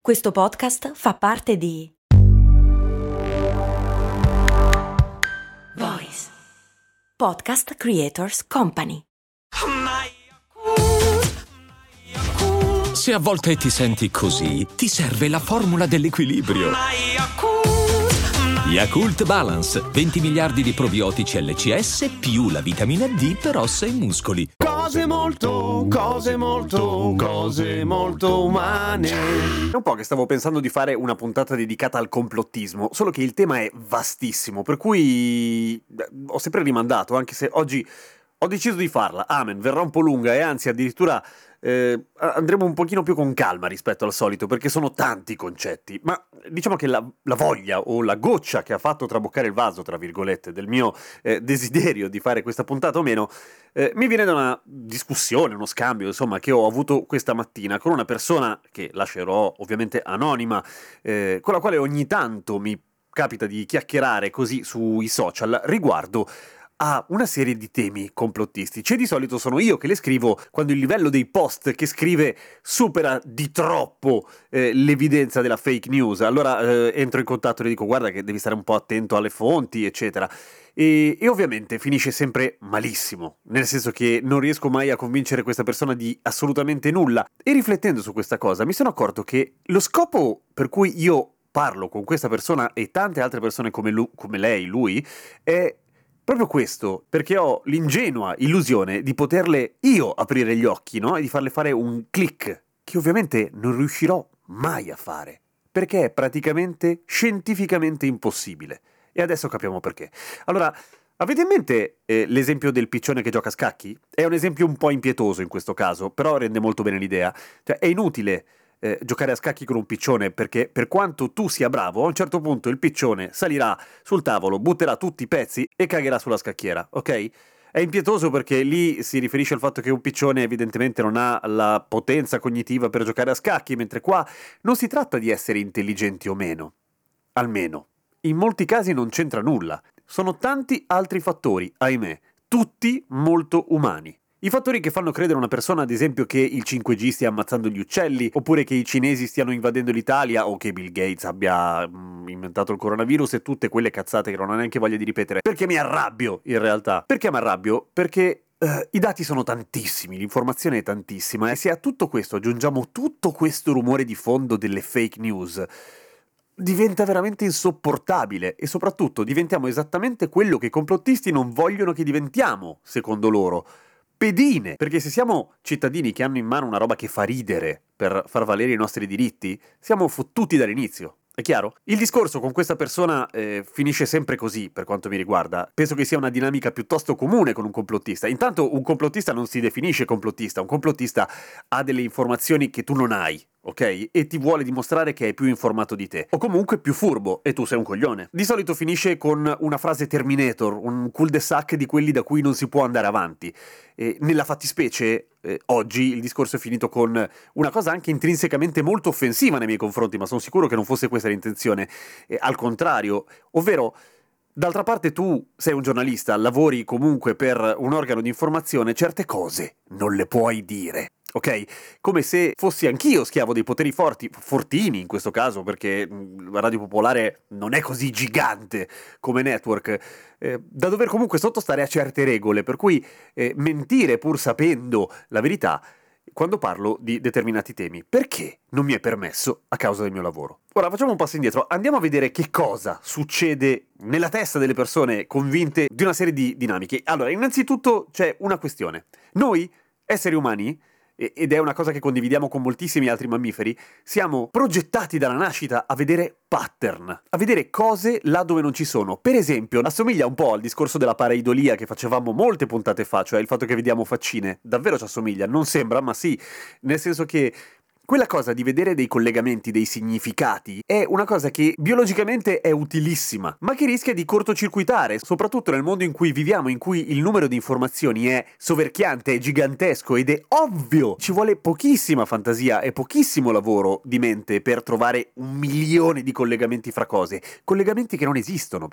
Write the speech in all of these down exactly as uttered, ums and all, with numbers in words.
Questo podcast fa parte di Voice Podcast Creators Company. Se a volte ti senti così, ti serve la formula dell'equilibrio. Yakult Balance, venti miliardi di probiotici L C S più la vitamina D per ossa e muscoli. Cose molto, cose molto, cose molto umane. È un po' che stavo pensando di fare una puntata dedicata al complottismo, solo che il tema è vastissimo, per cui ho sempre rimandato, anche se oggi ho deciso di farla. Amen, verrà un po' lunga e anzi addirittura eh, andremo un pochino più con calma rispetto al solito, perché sono tanti concetti, ma diciamo che la, la voglia o la goccia che ha fatto traboccare il vaso, tra virgolette, del mio eh, desiderio di fare questa puntata o meno, eh, mi viene da una discussione, uno scambio, insomma, che ho avuto questa mattina con una persona che lascerò ovviamente anonima, eh, con la quale ogni tanto mi capita di chiacchierare così sui social riguardo a una serie di temi complottistici, e di solito sono io che le scrivo quando il livello dei post che scrive supera di troppo eh, l'evidenza della fake news. Allora eh, entro in contatto e le dico: guarda che devi stare un po' attento alle fonti, eccetera. E, e ovviamente finisce sempre malissimo, nel senso che non riesco mai a convincere questa persona di assolutamente nulla. E riflettendo su questa cosa mi sono accorto che lo scopo per cui io parlo con questa persona e tante altre persone come, lui, come lei, lui, è proprio questo, perché ho l'ingenua illusione di poterle io aprire gli occhi, no? E di farle fare un click, che ovviamente non riuscirò mai a fare, perché è praticamente scientificamente impossibile. E adesso capiamo perché. Allora, avete in mente eh, l'esempio del piccione che gioca a scacchi? È un esempio un po' impietoso in questo caso, però rende molto bene l'idea. Cioè, è inutile Eh, giocare a scacchi con un piccione, perché per quanto tu sia bravo, a un certo punto il piccione salirà sul tavolo, butterà tutti i pezzi e cagherà sulla scacchiera, ok? È impietoso perché lì si riferisce al fatto che un piccione evidentemente non ha la potenza cognitiva per giocare a scacchi, mentre qua non si tratta di essere intelligenti o meno. Almeno, in molti casi non c'entra nulla. Sono tanti altri fattori, ahimè, tutti molto umani. I fattori che fanno credere a una persona, ad esempio, che il cinque G stia ammazzando gli uccelli, oppure che i cinesi stiano invadendo l'Italia, o che Bill Gates abbia mm, inventato il coronavirus, e tutte quelle cazzate che non ho neanche voglia di ripetere. Perché mi arrabbio, in realtà? Perché mi arrabbio? Perché uh, i dati sono tantissimi, l'informazione è tantissima, e se a tutto questo aggiungiamo tutto questo rumore di fondo delle fake news, diventa veramente insopportabile, e soprattutto diventiamo esattamente quello che i complottisti non vogliono che diventiamo, secondo loro: pedine. Perché se siamo cittadini che hanno in mano una roba che fa ridere per far valere i nostri diritti, siamo fottuti dall'inizio. È chiaro? Il discorso con questa persona eh, finisce sempre così, per quanto mi riguarda. Penso che sia una dinamica piuttosto comune con un complottista. Intanto un complottista non si definisce complottista, un complottista ha delle informazioni che tu non hai, ok? E ti vuole dimostrare che è più informato di te, o comunque più furbo, e tu sei un coglione. Di solito finisce con una frase Terminator, un cul-de-sac di quelli da cui non si può andare avanti. E nella fattispecie, eh, oggi il discorso è finito con una cosa anche intrinsecamente molto offensiva nei miei confronti, ma sono sicuro che non fosse questa l'intenzione. Eh, al contrario, ovvero: d'altra parte tu sei un giornalista, lavori comunque per un organo di informazione, certe cose non le puoi dire. Ok? Come se fossi anch'io schiavo dei poteri forti, fortini in questo caso, perché la Radio Popolare non è così gigante come network, eh, da dover comunque sottostare a certe regole, per cui eh, mentire pur sapendo la verità quando parlo di determinati temi, perché non mi è permesso a causa del mio lavoro. Ora facciamo un passo indietro, andiamo a vedere che cosa succede nella testa delle persone convinte di una serie di dinamiche. Allora, innanzitutto c'è una questione. Noi, esseri umani, ed è una cosa che condividiamo con moltissimi altri mammiferi, siamo progettati dalla nascita a vedere pattern, a vedere cose là dove non ci sono. Per esempio, assomiglia un po' al discorso della pareidolia che facevamo molte puntate fa, cioè il fatto che vediamo faccine. Davvero ci assomiglia, non sembra, ma sì, nel senso che quella cosa di vedere dei collegamenti, dei significati, è una cosa che biologicamente è utilissima, ma che rischia di cortocircuitare, soprattutto nel mondo in cui viviamo, in cui il numero di informazioni è soverchiante, è gigantesco ed è ovvio. Ci vuole pochissima fantasia e pochissimo lavoro di mente per trovare un milione di collegamenti fra cose, collegamenti che non esistono però.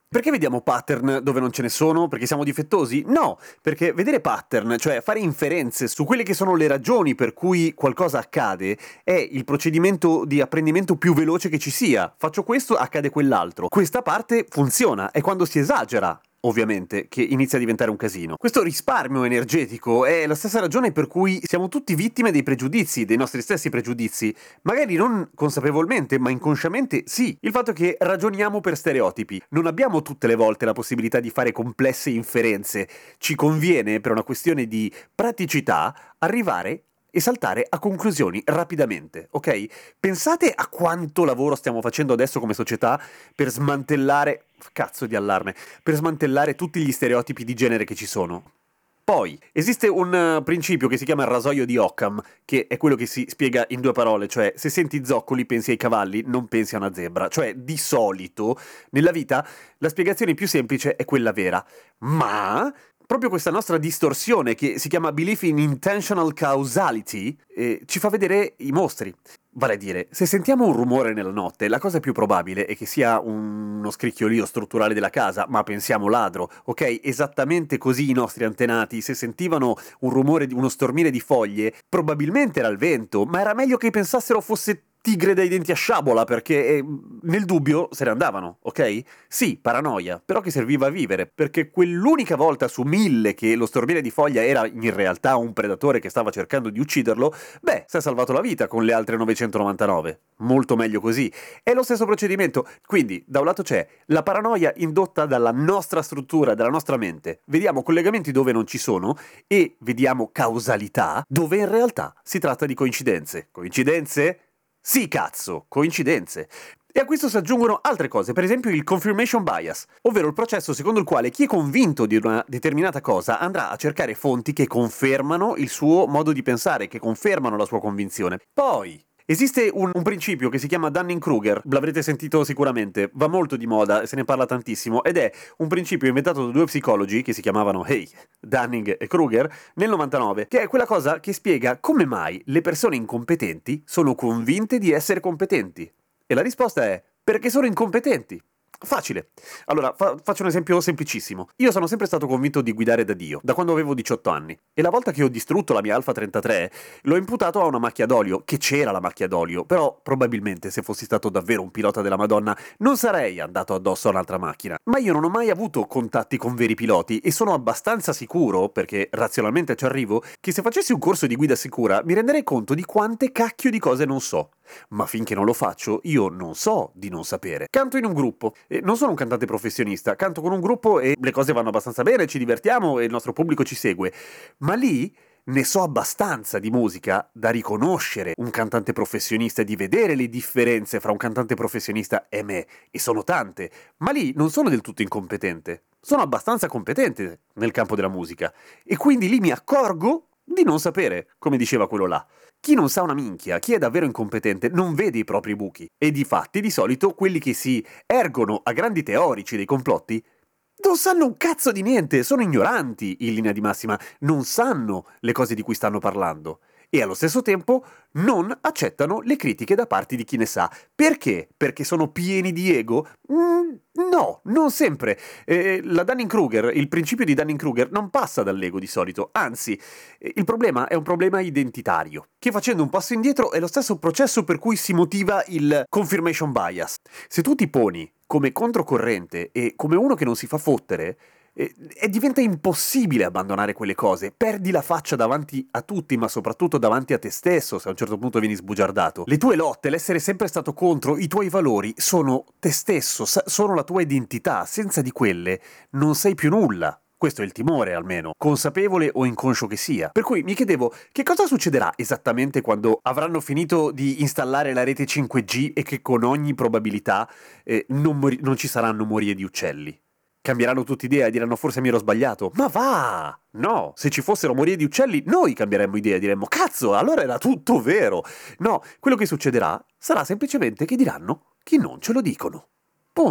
Perché vediamo pattern dove non ce ne sono? Perché siamo difettosi? No, perché vedere pattern, cioè fare inferenze su quelle che sono le ragioni per cui qualcosa accade, è il procedimento di apprendimento più veloce che ci sia. Faccio questo, accade quell'altro. Questa parte funziona, è quando si esagera, ovviamente, che inizia a diventare un casino. Questo risparmio energetico è la stessa ragione per cui siamo tutti vittime dei pregiudizi, dei nostri stessi pregiudizi. Magari non consapevolmente, ma inconsciamente sì. Il fatto è che ragioniamo per stereotipi. Non abbiamo tutte le volte la possibilità di fare complesse inferenze. Ci conviene, per una questione di praticità, arrivare e saltare a conclusioni rapidamente, ok? Pensate a quanto lavoro stiamo facendo adesso come società per smantellare... cazzo di allarme, per smantellare tutti gli stereotipi di genere che ci sono. Poi, esiste un uh, principio che si chiama il rasoio di Occam, che è quello che si spiega in due parole, cioè se senti zoccoli pensi ai cavalli, non pensi a una zebra. Cioè, di solito, nella vita, la spiegazione più semplice è quella vera. Ma... proprio questa nostra distorsione, che si chiama Belief in Intentional Causality, eh, ci fa vedere i mostri. Vale a dire, se sentiamo un rumore nella notte, la cosa più probabile è che sia uno scricchiolio strutturale della casa, ma pensiamo ladro, ok? Esattamente così i nostri antenati, se sentivano un rumore, uno stormire di foglie, probabilmente era il vento, ma era meglio che pensassero fosse tigre dai denti a sciabola, perché eh, nel dubbio se ne andavano, ok? Sì, paranoia, però che serviva a vivere, perché quell'unica volta su mille che lo stormire di foglia era in realtà un predatore che stava cercando di ucciderlo, beh, si è salvato la vita con le altre novecentonovantanove. Molto meglio così. È lo stesso procedimento. Quindi, da un lato c'è la paranoia indotta dalla nostra struttura, dalla nostra mente. Vediamo collegamenti dove non ci sono e vediamo causalità dove in realtà si tratta di coincidenze. Coincidenze? Sì, cazzo, coincidenze. E a questo si aggiungono altre cose, per esempio il confirmation bias, ovvero il processo secondo il quale chi è convinto di una determinata cosa andrà a cercare fonti che confermano il suo modo di pensare, che confermano la sua convinzione. Poi... esiste un, un principio che si chiama Dunning-Kruger, l'avrete sentito sicuramente, va molto di moda, se ne parla tantissimo, ed è un principio inventato da due psicologi che si chiamavano, hey, Dunning e Kruger, nel novantanove, che è quella cosa che spiega come mai le persone incompetenti sono convinte di essere competenti. E la risposta è perché sono incompetenti. Facile. Allora, fa- faccio un esempio semplicissimo. Io sono sempre stato convinto di guidare da Dio, da quando avevo diciotto anni. E la volta che ho distrutto la mia Alfa trentatré, l'ho imputato a una macchia d'olio, che c'era la macchia d'olio, però probabilmente se fossi stato davvero un pilota della Madonna non sarei andato addosso a un'altra macchina. Ma io non ho mai avuto contatti con veri piloti e sono abbastanza sicuro, perché razionalmente ci arrivo, che se facessi un corso di guida sicura mi renderei conto di quante cacchio di cose non so. Ma finché non lo faccio, io non so di non sapere. Canto in un gruppo. E non sono un cantante professionista, canto con un gruppo e le cose vanno abbastanza bene, ci divertiamo e il nostro pubblico ci segue. Ma lì ne so abbastanza di musica da riconoscere un cantante professionista e di vedere le differenze fra un cantante professionista e me. E sono tante. Ma lì non sono del tutto incompetente. Sono abbastanza competente nel campo della musica. E quindi lì mi accorgo di non sapere, come diceva quello là. Chi non sa una minchia, chi è davvero incompetente, non vede i propri buchi. E difatti, di solito, quelli che si ergono a grandi teorici dei complotti non sanno un cazzo di niente, sono ignoranti, in linea di massima, non sanno le cose di cui stanno parlando. E allo stesso tempo non accettano le critiche da parte di chi ne sa. Perché? Perché sono pieni di ego? Mm, no, non sempre. Eh, la Dunning-Kruger, il principio di Dunning-Kruger non passa dall'ego di solito, anzi, eh, il problema è un problema identitario, che facendo un passo indietro è lo stesso processo per cui si motiva il confirmation bias. Se tu ti poni come controcorrente e come uno che non si fa fottere, e diventa impossibile abbandonare quelle cose, perdi la faccia davanti a tutti, ma soprattutto davanti a te stesso se a un certo punto vieni sbugiardato. Le tue lotte, l'essere sempre stato contro, i tuoi valori sono te stesso, sono la tua identità, senza di quelle non sei più nulla. Questo è il timore, almeno, consapevole o inconscio che sia. Per cui mi chiedevo, che cosa succederà esattamente quando avranno finito di installare la rete cinque G e che con ogni probabilità eh, non, mori- non ci saranno morie di uccelli? Cambieranno tutti idea e diranno forse mi ero sbagliato. Ma va! No, se ci fossero morie di uccelli noi cambieremmo idea e diremmo cazzo, allora era tutto vero. No, quello che succederà sarà semplicemente che diranno che non ce lo dicono. Punto.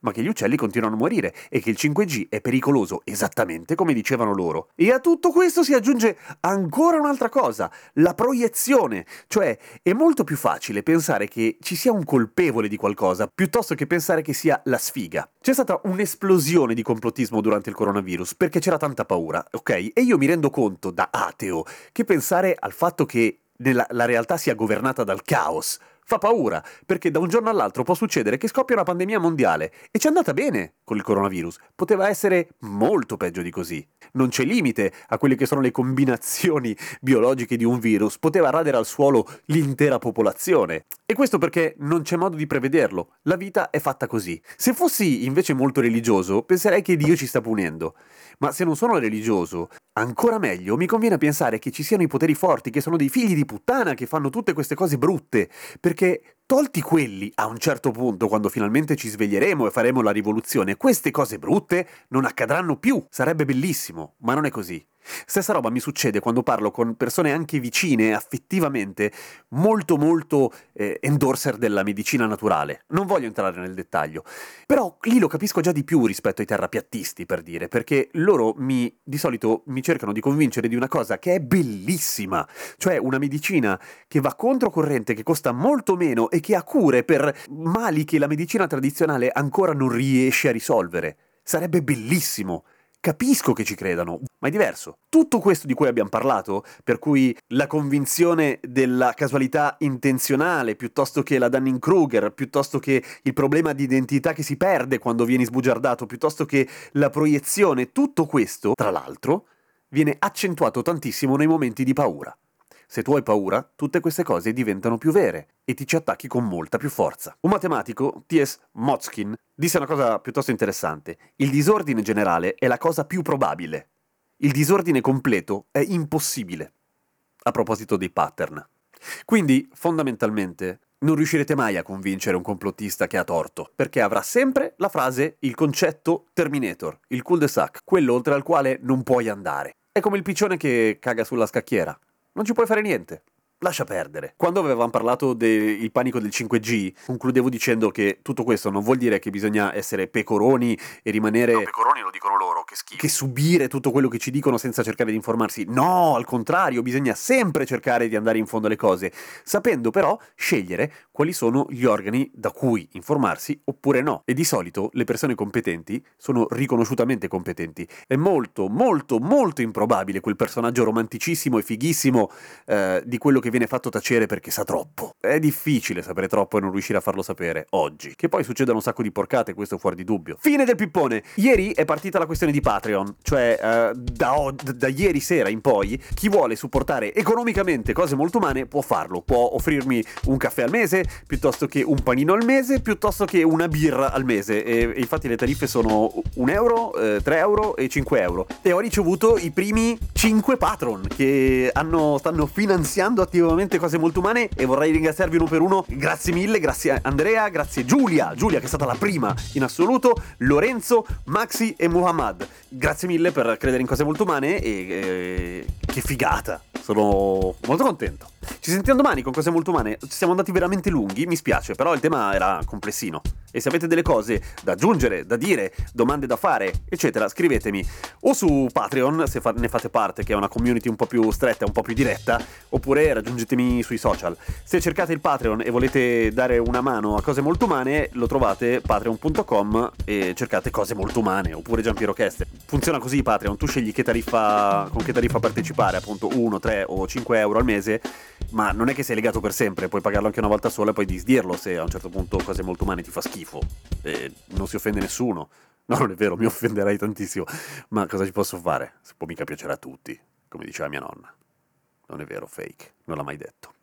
ma che gli uccelli continuano a morire e che il cinque G è pericoloso esattamente come dicevano loro. E a tutto questo si aggiunge ancora un'altra cosa, la proiezione, cioè è molto più facile pensare che ci sia un colpevole di qualcosa piuttosto che pensare che sia la sfiga. C'è stata un'esplosione di complottismo durante il coronavirus perché c'era tanta paura, ok? E io mi rendo conto da ateo che pensare al fatto che nella, la realtà sia governata dal caos fa paura, perché da un giorno all'altro può succedere che scoppia una pandemia mondiale e ci è andata bene con il coronavirus. Poteva essere molto peggio di così. Non c'è limite a quelle che sono le combinazioni biologiche di un virus. Poteva radere al suolo l'intera popolazione. E questo perché non c'è modo di prevederlo. La vita è fatta così. Se fossi invece molto religioso, penserei che Dio ci sta punendo. Ma se non sono religioso, ancora meglio, mi conviene pensare che ci siano i poteri forti, che sono dei figli di puttana che fanno tutte queste cose brutte, perché tolti quelli, a un certo punto, quando finalmente ci sveglieremo e faremo la rivoluzione, queste cose brutte non accadranno più. Sarebbe bellissimo, ma non è così. Stessa roba mi succede quando parlo con persone anche vicine, affettivamente, molto molto eh, endorser della medicina naturale. Non voglio entrare nel dettaglio, però lì lo capisco già di più rispetto ai terrapiattisti, per dire, perché loro mi, di solito mi cercano di convincere di una cosa che è bellissima, cioè una medicina che va controcorrente, che costa molto meno e che ha cure per mali che la medicina tradizionale ancora non riesce a risolvere. Sarebbe bellissimo. Capisco che ci credano, ma è diverso. Tutto questo di cui abbiamo parlato, per cui la convinzione della casualità intenzionale, piuttosto che la Dunning-Kruger, piuttosto che il problema di identità che si perde quando vieni sbugiardato, piuttosto che la proiezione, tutto questo, tra l'altro, viene accentuato tantissimo nei momenti di paura. Se tu hai paura, tutte queste cose diventano più vere e ti ci attacchi con molta più forza. Un matematico, T S Motzkin, disse una cosa piuttosto interessante. Il disordine generale è la cosa più probabile. Il disordine completo è impossibile. A proposito dei pattern. Quindi, fondamentalmente, non riuscirete mai a convincere un complottista che ha torto, perché avrà sempre la frase, il concetto Terminator, il cul-de-sac, quello oltre al quale non puoi andare. È come il piccione che caga sulla scacchiera. Non ci puoi fare niente. Lascia perdere. Quando avevamo parlato del panico del cinque G, concludevo dicendo che tutto questo non vuol dire che bisogna essere pecoroni e rimanere... No, pecoroni lo dicono loro, che schifo. Che subire tutto quello che ci dicono senza cercare di informarsi. No, al contrario, bisogna sempre cercare di andare in fondo alle cose, sapendo però scegliere quali sono gli organi da cui informarsi oppure no. E di solito le persone competenti sono riconosciutamente competenti. È molto, molto, molto improbabile quel personaggio romanticissimo e fighissimo eh, di quello che viene fatto tacere perché sa troppo. È difficile sapere troppo e non riuscire a farlo sapere oggi. Che poi succedono un sacco di porcate, questo è fuori di dubbio. Fine del pippone. Ieri è partita la questione di Patreon, cioè uh, da, od- da ieri sera in poi chi vuole supportare economicamente Cose Molto Umane può farlo. Può offrirmi un caffè al mese, piuttosto che un panino al mese, piuttosto che una birra al mese. E, e infatti le tariffe sono un euro, eh, tre euro e cinque euro. E ho ricevuto i primi cinque patron che hanno, stanno finanziando attivamente Cose Molto Umane e vorrei ringraziarvi uno per uno. Grazie mille, grazie Andrea, grazie Giulia, Giulia che è stata la prima in assoluto, Lorenzo, Maxi e Muhammad. Grazie mille per credere in Cose Molto Umane e eh, che figata, sono molto contento. Ci sentiamo domani con Cose Molto Umane. Siamo andati veramente lunghi, mi spiace, però il tema era complessino. E se avete delle cose da aggiungere, da dire, domande da fare, eccetera, scrivetemi o su Patreon, se fa- ne fate parte, che è una community un po' più stretta, un po' più diretta, oppure raggiungetemi sui social. Se cercate il Patreon e volete dare una mano a Cose Molto Umane, lo trovate patreon punto com e cercate Cose Molto Umane, oppure Giampiero Chester. Funziona così Patreon, tu scegli che tariffa, con che tariffa partecipare, appunto uno, tre o cinque euro al mese, ma non è che sei legato per sempre, puoi pagarlo anche una volta sola e poi disdirlo se a un certo punto Cose Molto Umane ti fa schifo e non si offende nessuno. No, non è vero, mi offenderai tantissimo, ma cosa ci posso fare? Se può mica piacere a tutti, come diceva mia nonna. Non è vero, fake, non l'ha mai detto.